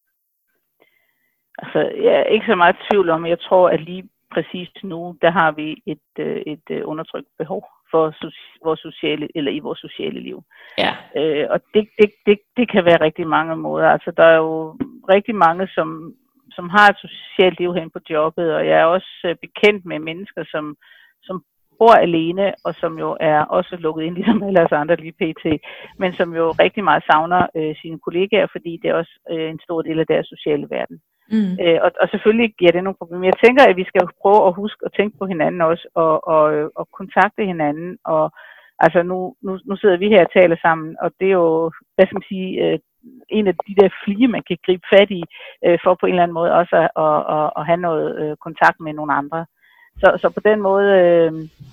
Altså, jeg er ikke så meget tvivl om, jeg tror, at lige præcis nu, der har vi et, et undertrykt behov for vores sociale, eller i vores sociale liv. Ja. Øh, og det, det, det, det kan være rigtig mange måder. Altså, der er jo rigtig mange, som, som har et socialt liv hen på jobbet, og jeg er også bekendt med mennesker, som, som bor alene, og som jo er også lukket ind, ligesom alle os andre lige pt., men som jo rigtig meget savner øh, sine kollegaer, fordi det er også øh, en stor del af deres sociale verden. Mm. Øh, og, og selvfølgelig giver det nogle problemer. Jeg tænker, at vi skal prøve at huske at tænke på hinanden også, og, og, og kontakte hinanden, og altså nu, nu, nu sidder vi her og taler sammen, og det er jo, hvad skal man sige, øh, en af de der flige, man kan gribe fat i, øh, for på en eller anden måde også at, at, at, at have noget øh, kontakt med nogle andre. Så, så på den måde øh,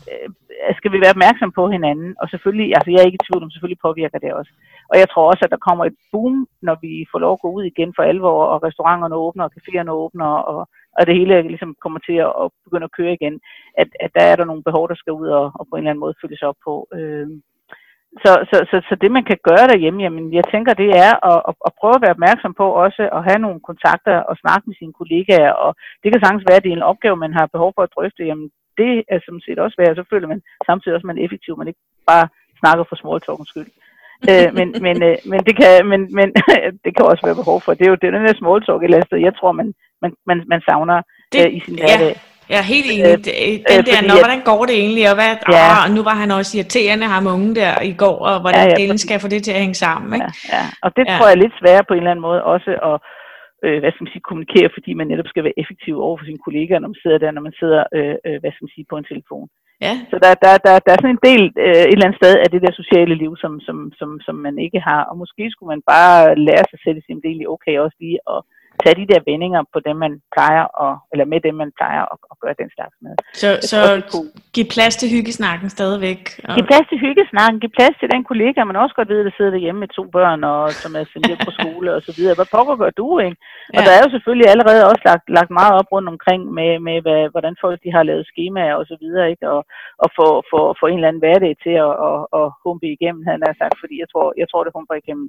øh, skal vi være opmærksom på hinanden, og selvfølgelig, altså jeg er ikke i tvivl om, selvfølgelig påvirker det også. Og jeg tror også, at der kommer et boom, når vi får lov at gå ud igen for alvor, og restauranterne åbner, og caféerne åbner, og, og det hele ligesom kommer til at, at begynde at køre igen, at, at der er der nogle behov, der skal ud og, og på en eller anden måde følges op på. Øh, Så, så, så, så det, man kan gøre derhjemme, jamen, jeg tænker, det er at, at, at prøve at være opmærksom på også at have nogle kontakter og snakke med sine kollegaer, og det kan sagtens være, at det er en opgave, man har behov for at drøfte. Jamen, det er som set også værd, så føler man samtidig også, at man er effektiv, man ikke bare snakker for smalltalkens skyld. øh, men, men, øh, men, det kan, men, men det kan også være behov for. Det er jo det, den der smalltalk et eller andet sted, jeg tror, man, man, man, man savner det, øh, i sin hverdag. Ja. Jeg er helt enig. Den øh, der, når, hvordan går det egentlig? Og, hvad, ja. åh, nu var han også irriterende, ham unge der i går, og hvordan ja, ja, delen skal få det til at hænge sammen. Ikke? Ja, ja. Og det ja. tror jeg er lidt sværere på en eller anden måde også at øh, hvad skal man sige, kommunikere, fordi man netop skal være effektiv over for sine kollegaer, når man sidder der, når man sidder øh, hvad skal man sige, på en telefon. Ja. Så der, der, der, der er sådan en del øh, et eller andet sted af det der sociale liv, som, som, som, som man ikke har. Og måske skulle man bare lære sig selv, at det er egentlig okay også lige at tage de der vendinger på dem, man plejer, og, eller med dem, man plejer at, at gøre den slags med. Så, så giv plads til hyggesnakken stadigvæk? Og... Giv plads til hyggesnakken, giv plads til den kollega, man også godt ved, der sidder derhjemme med to børn, og som er sendt hjem på skole og så videre. Hvad pokker gør du, ikke? Og ja. Der er jo selvfølgelig allerede også lagt, lagt meget op rundt omkring med, med hvad, hvordan folk de har lavet skemaer og så videre, ikke? Og, og få, få, få en eller anden hverdag til at, at, at humpe igennem, havde han sagt, fordi jeg tror, jeg tror, det humper igennem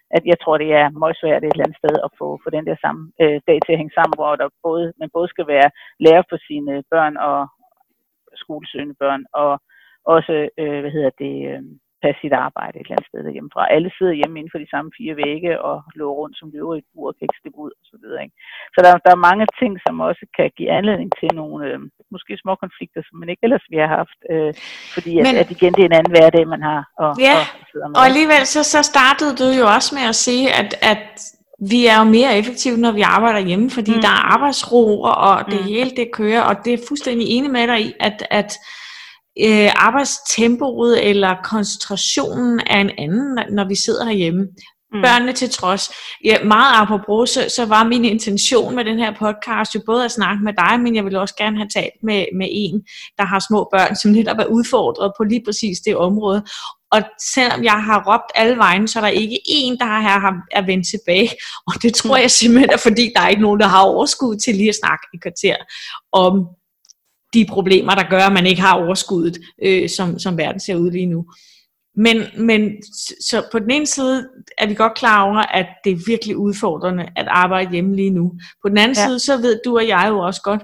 at jeg tror, det er meget svært et eller andet sted at få, få den der samme øh, dag til at hænge sammen, hvor der både, man både skal være lærer for sine børn og skolesøgende børn, og også, øh, hvad hedder det, øh, passe sit arbejde et eller andet sted derhjemmefra. Alle sidder hjemme inden for de samme fire vægge og løber rundt som løver i et bur og kan ikke stikke ud og så videre. Ikke? Så der, der er mange ting, som også kan give anledning til nogle øh, måske små konflikter, som man ikke ellers vi har haft, øh, fordi at, Men, at igen det er en anden hverdag, man har. Og, ja, og, og alligevel så, så startede du jo også med at sige, at, at vi er jo mere effektive, når vi arbejder hjemme, fordi mm. der er arbejdsro, og det mm. hele det kører, og det er fuldstændig enig med dig i, at, at øh, arbejdstempoet eller koncentrationen er en anden, når vi sidder herhjemme. Mm. Børnene til trods. Ja, meget apropos, så, så var min intention med den her podcast jo både at snakke med dig, men jeg vil også gerne have talt med, med en, der har små børn, som netop er udfordret på lige præcis det område. Og selvom jeg har råbt alle vejen, så er der ikke én, der har, har, er vendt tilbage. Og det tror jeg simpelthen er, fordi der er ikke nogen, der har overskud til lige at snakke i kvarter om de problemer, der gør, at man ikke har overskuddet, øh, som, som verden ser ud lige nu. Men, men så på den ene side er vi godt klar over, at det er virkelig udfordrende at arbejde hjemme lige nu. På den anden ja. side, så ved du og jeg jo også godt,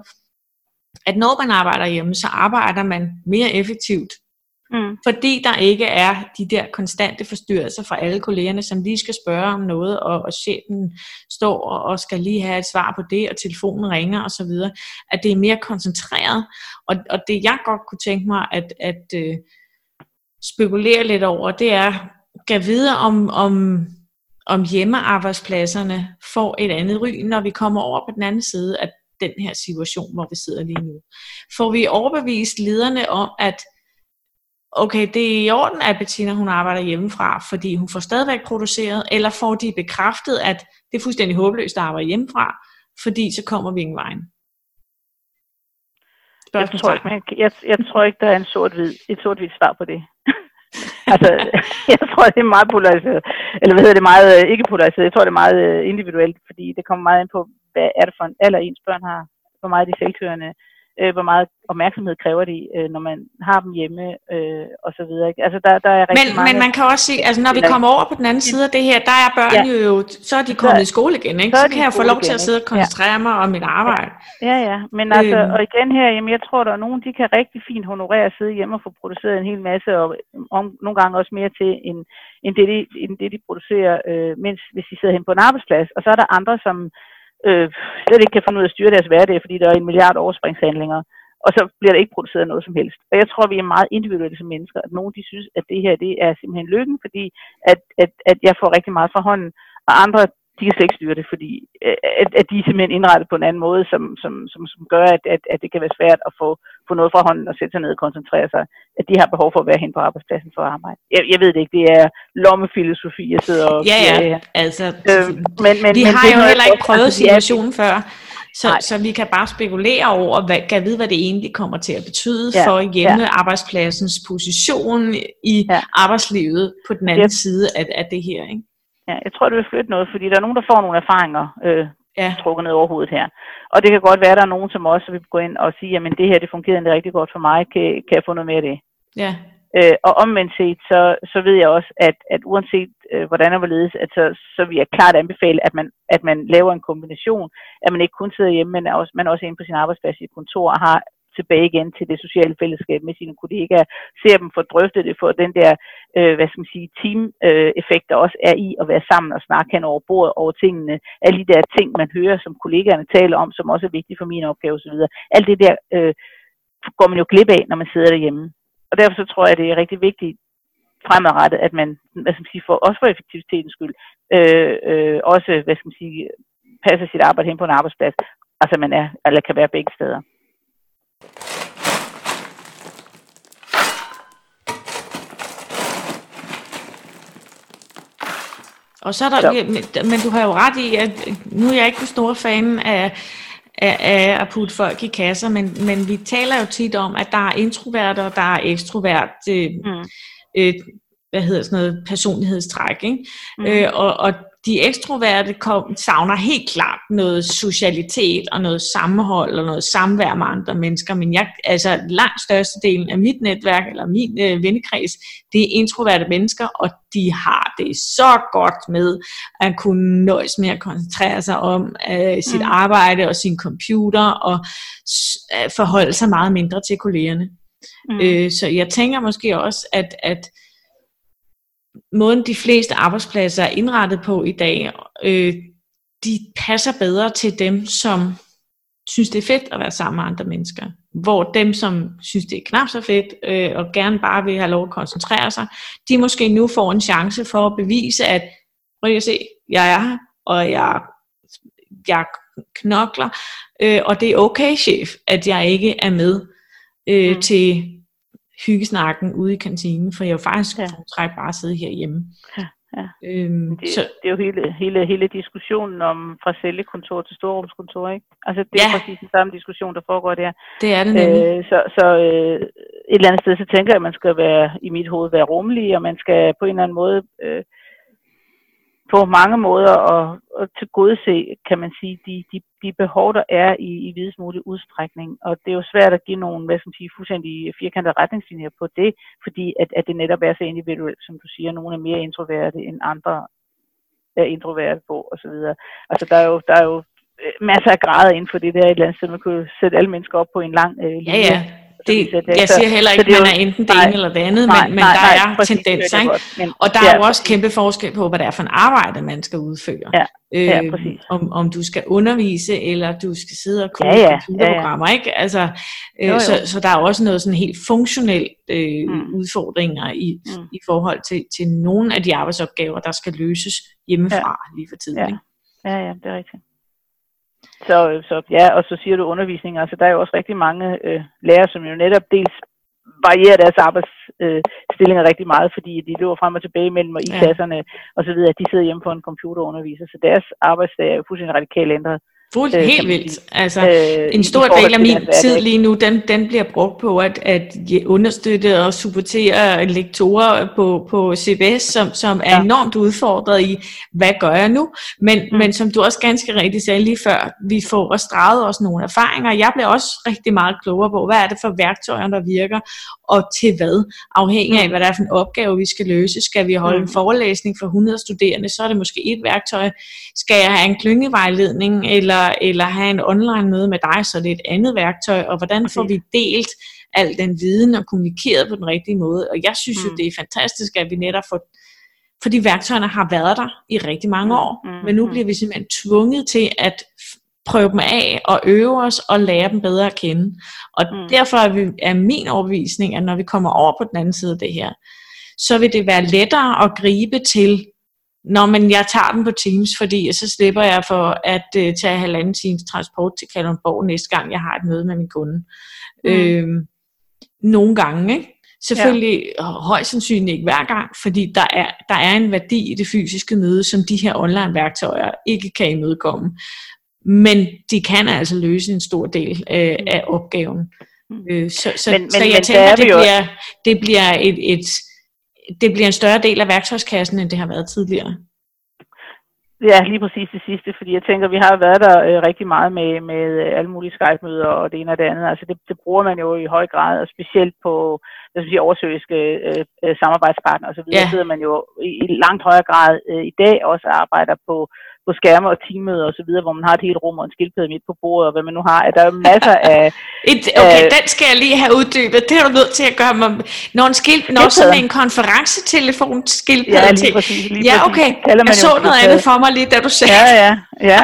at når man arbejder hjemme, så arbejder man mere effektivt. Mm. Fordi der ikke er de der konstante forstyrrelser fra alle kollegerne, som lige skal spørge om noget, og, og chefen står og, og skal lige have et svar på det, og telefonen ringer og så videre. At det er mere koncentreret. Og, og det jeg godt kunne tænke mig at, at øh, spekulere lidt over, det er, gav videre om, om, om hjemmearbejdspladserne får et andet ry, når vi kommer over på den anden side af den her situation, hvor vi sidder lige nu. Får vi overbevist lederne om, at okay, det er i orden, at Bettina hun arbejder hjemmefra, fordi hun får stadigvæk produceret, eller får de bekræftet, at det er fuldstændig håbløst at arbejde hjemmefra, fordi så kommer vi ingen vejen. Jeg tror, ikke, jeg, jeg tror ikke, der er en sort-hvid, et sort-hvid svar på det. altså, jeg tror, det er meget polariseret. Eller hvad hedder det, meget ikke polariseret. Jeg tror, det er meget individuelt, fordi det kommer meget ind på, hvad er det for en alder, ens børn har, hvor meget de selvkørende, øh, hvor meget opmærksomhed kræver de, øh, når man har dem hjemme, øh, og så videre. Ikke? Altså, der, der er rigtig men, mange... Men man kan også sige, altså når vi kommer over på den anden side af det her, der er børn ja. jo, så er de kommet så, i skole igen, ikke? Så, så kan jeg få lov til at sidde og koncentrere ja. mig om mit arbejde. Ja, ja, men altså, øhm. og igen her, jamen, jeg tror, der er nogen, de kan rigtig fint honorere at sidde hjemme og få produceret en hel masse, og om, nogle gange også mere til, end, end, det, de, end det, de producerer, øh, mens hvis de sidder hen på en arbejdsplads. Og så er der andre, som øh, slet ikke kan finde ud af at styre deres hverdag, fordi der er en milliard overspringshandlinger. Og så bliver der ikke produceret noget som helst. Og jeg tror, vi er meget individuelle som mennesker, at nogen de synes, at det her det er simpelthen lykken, fordi at, at, at jeg får rigtig meget fra hånden, og andre de kan slet ikke styre det, fordi at, at de er simpelthen indrettet på en anden måde, som, som, som, som gør, at, at, at det kan være svært at få, få noget fra hånden og sætte sig ned og koncentrere sig. At de har behov for at være hen på arbejdspladsen for at arbejde. Jeg, jeg ved det ikke, det er lommefilosofi, jeg sidder og... Ja, ja, ja. altså... Øh, men, men, vi men har jo heller ikke prøvet altså, situationen er, før. Så, så vi kan bare spekulere over, hvad, kan vide, hvad det egentlig kommer til at betyde ja, for hjemmearbejdspladsens ja. position i ja. arbejdslivet på den anden yep. side af, af det her. Ikke? Ja, jeg tror, det vil flytte noget, fordi der er nogen, der får nogle erfaringer øh, ja. trukket ned over hovedet her. Og det kan godt være, at der er nogen, som også vil gå ind og sige, jamen det her, det fungerede rigtig godt for mig, kan, kan jeg få noget mere af det? Ja. Øh, og omvendt set, så, så ved jeg også, at, at uanset øh, hvordan og hvorledes, at så, så vil jeg klart anbefale, at man, at man laver en kombination, at man ikke kun sidder hjemme, men også, man også er inde på sin arbejdsplads i et kontor og har tilbage igen til det sociale fællesskab med sine kollegaer, ser dem få drøftet det, for den der, øh, hvad skal man sige, team-effekt, der også er i at være sammen og snakke hen over bordet over tingene, alle de der ting, man hører, som kollegaerne taler om, som også er vigtige for min opgave osv. Alt det der øh, går man jo glip af, når man sidder derhjemme. Og derfor så tror jeg, det er rigtig vigtigt fremadrettet, at man, hvad skal man sige, for, også for effektivitetens skyld, øh, øh, også, hvad skal man sige, passer sit arbejde hen på en arbejdsplads, altså man er, eller kan være begge steder. Og så er der, så. Men du har jo ret i, at nu er jeg ikke den store fan af, af, af at putte folk i kasser, men, men vi taler jo tit om, at der er introvert og der er ekstrovert øh, mm. øh, hvad hedder sådan noget, personlighedstræk, ikke? Mm. Øh, og, og de ekstroverte kom, savner helt klart noget socialitet og noget sammenhold og noget samvær med andre mennesker, men jeg, altså langt størstedelen af mit netværk eller min øh, vennekreds, det er introverte mennesker, og de har det så godt med at kunne nøjes med at koncentrere sig om øh, sit mm. arbejde og sin computer og øh, forholde sig meget mindre til kollegerne. Mm. Øh, så jeg tænker måske også, at, at måden de fleste arbejdspladser er indrettet på i dag, øh, de passer bedre til dem, som synes det er fedt at være sammen med andre mennesker. Hvor dem, som synes det er knap så fedt, øh, og gerne bare vil have lov at koncentrere sig, de måske nu får en chance for at bevise, at prøv at se, jeg er her, og jeg, jeg knokler, øh, og det er okay, chef, at jeg ikke er med øh, mm. til hyggesnakken ude i kantinen, for jeg er jo faktisk ja. træk bare at sidde herhjemme. Ja, ja. Øhm, det, så, det er jo hele, hele, hele diskussionen om fra cellekontor til storrumskontor, ikke? Altså det er ja. præcis den samme diskussion, der foregår der. Det er det nemlig. Øh, så så øh, et eller andet sted, så tænker jeg, at man skal være, i mit hoved være rummelig, og man skal på en eller anden måde øh, på mange måder og, og tilgodese, kan man sige, de, de, de behov, der er i, i videst mulig udstrækning. Og det er jo svært at give nogle, hvad skal man sige, fuldstændig firkantede retningslinjer på det, fordi at, at det netop er så individuelt, som du siger. Nogle er mere introverte end andre er introverte på, og så videre. Altså der er jo, der er jo masser af grader inden for det der et eller andet sted. Man kunne sætte alle mennesker op på en lang øh, linje. Ja, ja. Det, jeg siger heller ikke, at man er enten det ene eller det andet, nej, men, men nej, der nej, er tendenser, ikke? Men, og der ja, er jo også kæmpe forskel på, hvad det er for en arbejde, man skal udføre. Ja, ja, øh, om, om du skal undervise, eller du skal sidde og kode ja, ja, computerprogrammer, ja, ja. ikke? Altså, øh, jo, jo. Så, så der er også noget sådan helt funktionelt øh, mm. udfordringer i, mm. i forhold til, til nogle af de arbejdsopgaver, der skal løses hjemmefra ja. lige for tiden. Ja. Ikke? ja, ja, det er rigtigt. Så, så ja, og så siger du undervisning, altså der er jo også rigtig mange øh, lærere, som jo netop dels varierer deres arbejdsstillinger øh, rigtig meget, fordi de løber frem og tilbage mellem og i ja. klasserne og så videre, at de sidder hjemme på en computer og underviser, så deres arbejdsdag er jo fuldstændig radikalt ændret. Fuldt, øh, helt vildt. Altså, øh, en stor del af min tid lige nu, den, den bliver brugt på at, at understøtte og supportere lektorer på, på C B S, som, som er ja. enormt udfordret i, hvad gør jeg nu? Men, mm. men som du også ganske rigtigt sagde lige før, vi får også streget os nogle erfaringer. Jeg bliver også rigtig meget klogere på, hvad er det for værktøjer, der virker, og til hvad? Afhængig af, hvad det er for en opgave, vi skal løse. Skal vi holde mm. en forelæsning for hundrede studerende, så er det måske et værktøj. Skal jeg have en klyngevejledning, eller eller have en online møde med dig, så det er et andet værktøj, og hvordan får vi delt al den viden og kommunikeret på den rigtige måde. Og jeg synes mm. jo, det er fantastisk, at vi netop får, fordi værktøjerne har været der i rigtig mange år, mm. men nu bliver vi simpelthen tvunget til at prøve dem af og øve os og lære dem bedre at kende. Og mm. derfor er, vi, er min overbevisning, at når vi kommer over på den anden side af det her, så vil det være lettere at gribe til, når men jeg tager den på Teams, fordi så slipper jeg for at uh, tage halvanden times transport til Kalundborg næste gang, jeg har et møde med min kunde. Mm. Øhm, nogle gange, ikke? Selvfølgelig ja. højst sandsynligt ikke hver gang, fordi der er, der er en værdi i det fysiske møde, som de her online værktøjer ikke kan imødekomme. Men de kan altså løse en stor del øh, af opgaven. Mm. Øh, så, så, men, så men, jeg men tænker, at det jo... bliver, det bliver et... et det bliver en større del af værktøjskassen, end det har været tidligere. Ja, lige præcis det sidste, fordi jeg tænker, vi har været der øh, rigtig meget med, med alle mulige Skype-møder og det ene og det andet. Altså det, det bruger man jo i høj grad, og specielt på hvad skal jeg sige, oversøiske øh, øh, samarbejdspartnere osv. Ja. Der sidder man jo i, i langt højere grad øh, i dag også arbejder på, på skærme og teammøder osv., hvor man har et helt rum og en skildpadde midt på bordet, og hvad man nu har. Der er masser af... et, okay, øh, den skal jeg lige have uddybet. Det er du nødt til at gøre mig... Når, en skilt, når sådan en konferencetelefon skildpadde ja, til... Præcis, ja, okay. Jeg så noget andet for mig lige, da du sagde. Ja, ja, ja.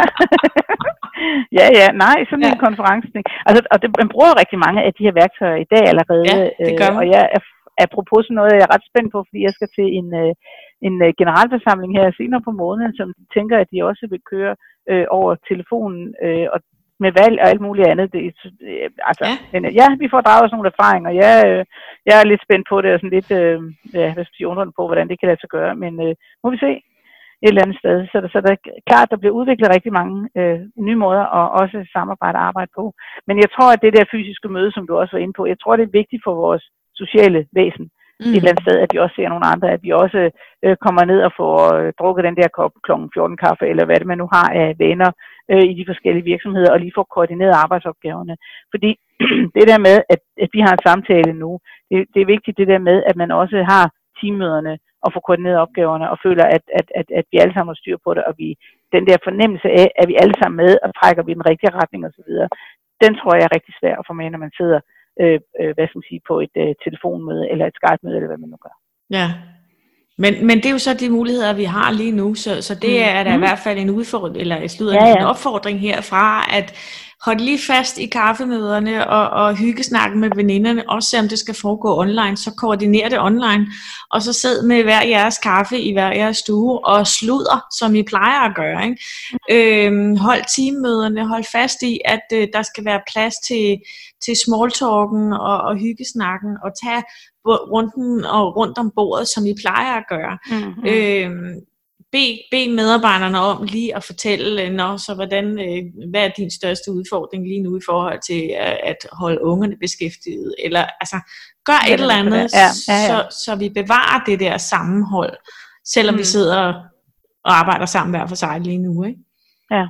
ja, ja. Nej, sådan ja. en konference. Altså, og det, man bruger rigtig mange af de her værktøjer i dag allerede. Ja, det gør man. Øh, og jeg er apropos sådan noget, jeg er ret spændt på, fordi jeg skal til en... Øh, en uh, generalforsamling her senere på måneden, som tænker, at de også vil køre øh, over telefonen øh, og med valg og alt muligt andet. Det, øh, altså, ja. Men, ja, vi får draget os nogle erfaringer. Ja, øh, jeg er lidt spændt på det og sådan lidt øh, ja, hvad skal jeg sige, undrende på, hvordan det kan lade sig gøre. Men øh, må vi se et eller andet sted. Så, så der er klart, der bliver udviklet rigtig mange øh, nye måder og også samarbejde og arbejde på. Men jeg tror, at det der fysiske møde, som du også var inde på, jeg tror, det er vigtigt for vores sociale væsen. mm. et eller andet sted, at vi også ser nogle andre, at vi også øh, kommer ned og får øh, drukket den der kop klokken fjorten kaffe, eller hvad det man nu har af venner øh, i de forskellige virksomheder, og lige får koordineret arbejdsopgaverne. Fordi det der med, at, at vi har en samtale nu, det, det er vigtigt det der med, at man også har teammøderne og får koordineret opgaverne, og føler, at, at, at, at vi alle sammen har styr på det, og vi den der fornemmelse af, at vi alle sammen med, og trækker vi i den rigtige retning osv., den tror jeg er rigtig svær at få med, når man sidder øh, øh, hvad skal man sige, på et øh, telefonmøde, eller et Skype-møde, eller hvad man nu gør. Ja, men, men det er jo så de muligheder, vi har lige nu, så, så det mm. er da i hvert fald en udfordring, eller jeg slutter ja, ja. en opfordring herfra, at hold lige fast i kaffemøderne og, og hyggesnakken med veninderne, også selvom det skal foregå online, så koordiner det online, og så sid med hver jeres kaffe i hver jeres stue og sludder, som I plejer at gøre. Ikke? Øhm, hold teammøderne, hold fast i, at øh, der skal være plads til, til smalltalken og, og hyggesnakken, og tage runden og rundt om bordet, som I plejer at gøre. Mm-hmm. Øhm, Bed, bed medarbejderne om lige at fortælle, nå, så hvordan, øh, hvad er din største udfordring lige nu i forhold til at, at holde ungerne beskæftiget, eller altså, gør et eller andet, ja, ja, ja. Så, så vi bevarer det der sammenhold, selvom mm. vi sidder og arbejder sammen hver for sig lige nu, ikke? Ja,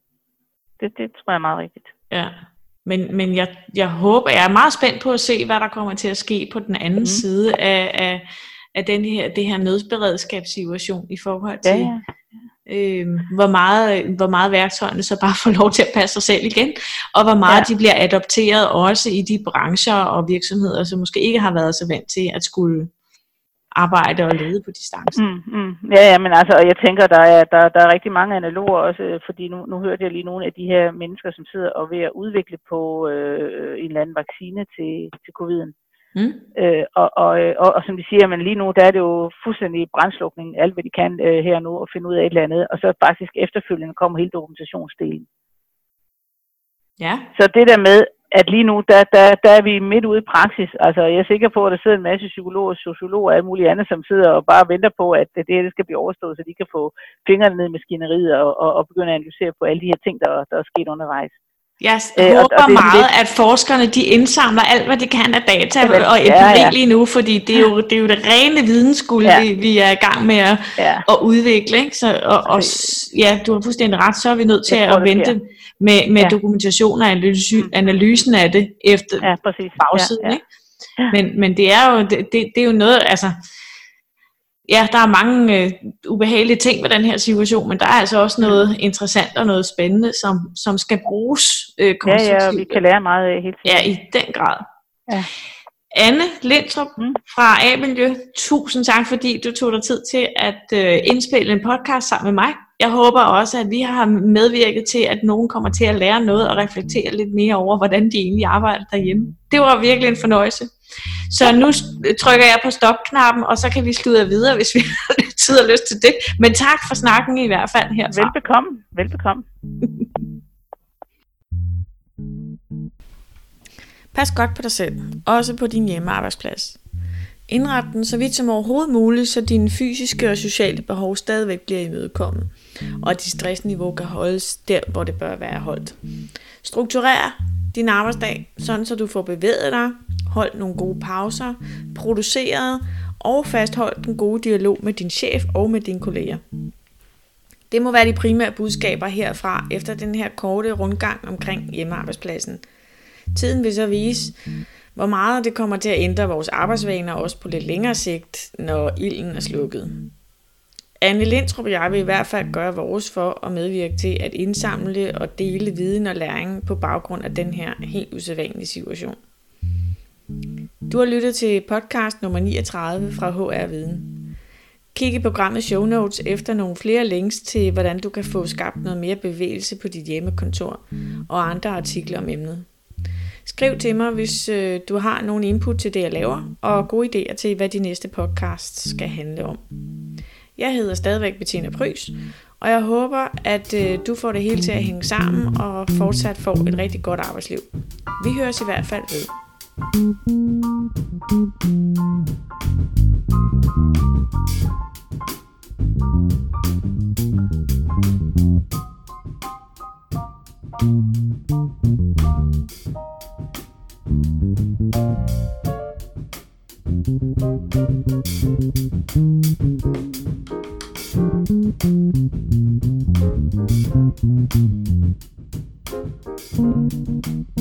det, det tror jeg er meget rigtigt. Ja, men, men jeg, jeg håber, jeg er meget spændt på at se, hvad der kommer til at ske på den anden mm. side af, af af den her, det her nødsberedskabssituation i forhold til, ja, ja. Øh, hvor, meget, hvor meget værktøjerne så bare får lov til at passe sig selv igen, og hvor meget ja. de bliver adopteret også i de brancher og virksomheder, som måske ikke har været så vant til at skulle arbejde og lede på distance. Mm, mm. Ja, ja, men altså, og jeg tænker, der er, der, der er rigtig mange analoger også, fordi nu, nu hørte jeg lige nogle af de her mennesker, som sidder og ved at udvikle på øh, en eller anden vaccine til, til coviden. Mm. Øh, og, og, og, og som de siger, men lige nu der er det jo fuldstændig brandslukning, alt hvad de kan øh, her nu, og finde ud af et eller andet, og så faktisk efterfølgende kommer hele dokumentationsdelen. Ja. Så det der med, at lige nu, der, der, der er vi midt ude i praksis, altså jeg er sikker på, at der sidder en masse psykologer, sociologer og alt muligt andet, som sidder og bare venter på, at det her det skal blive overstået, så de kan få fingrene ned i maskineriet og, og, og begynde at analysere på alle de her ting, der, der er sket undervejs. Jeg øh, håber og, og meget, lidt... at forskerne de indsamler alt, hvad de kan af data ja, og empiri ja, ja. lige nu, fordi det er jo det, er jo det rene vidensguld, ja. vi, vi er i gang med at, ja. at udvikle. Ikke? Så, og, og ja, du har fuldstændig ret, så er vi nødt til at vente med, med ja. dokumentation og analyse, analysen af det efter ja, bagsiden. Ja, ja. Ikke? Men, men det er jo det, det, det er jo noget, altså ja, der er mange øh, ubehagelige ting ved den her situation, men der er altså også noget interessant og noget spændende, som, som skal bruges øh, konstruktivt. Ja, ja, vi kan lære meget af helt Ja, i den grad. Ja. Anne Lindtrup mm. fra A-Miljø, tusind tak, fordi du tog dig tid til at øh, indspille en podcast sammen med mig. Jeg håber også, at vi har medvirket til, at nogen kommer til at lære noget og reflektere lidt mere over, hvordan de egentlig arbejder derhjemme. Det var virkelig en fornøjelse. Så nu trykker jeg på stopknappen, og så kan vi slutte videre, hvis vi har tid og lyst til det. Men tak for snakken i hvert fald herfra. Velbekomme. Velbekomme. Pas godt på dig selv, også på din hjemmearbejdsplads. Indret den så vidt som overhovedet muligt, så dine fysiske og sociale behov stadigvæk bliver imødekommet, og at dit stressniveau kan holdes der, hvor det bør være holdt. Strukturer din arbejdsdag, sådan så du får bevæget dig, holdt nogle gode pauser, produceret og fastholdt den gode dialog med din chef og med dine kolleger. Det må være de primære budskaber herfra efter den her korte rundgang omkring hjemmearbejdspladsen. Tiden vil så vise, hvor meget det kommer til at ændre vores arbejdsvaner også på lidt længere sigt, når ilden er slukket. Anne Lindtrup og jeg vil i hvert fald gøre vores for at medvirke til at indsamle og dele viden og læring på baggrund af den her helt usædvanlige situation. Du har lyttet til podcast nummer niogtredive fra H R Viden. Kig i programmet show notes efter nogle flere links til, hvordan du kan få skabt noget mere bevægelse på dit hjemmekontor og andre artikler om emnet. Skriv til mig, hvis øh, du har nogle input til det, jeg laver, og gode idéer til, hvad de næste podcasts skal handle om. Jeg hedder stadigvæk Bettina Prys, og jeg håber, at øh, du får det hele til at hænge sammen og fortsat får et rigtig godt arbejdsliv. Vi høres i hvert fald ved. Thank you. Thank you.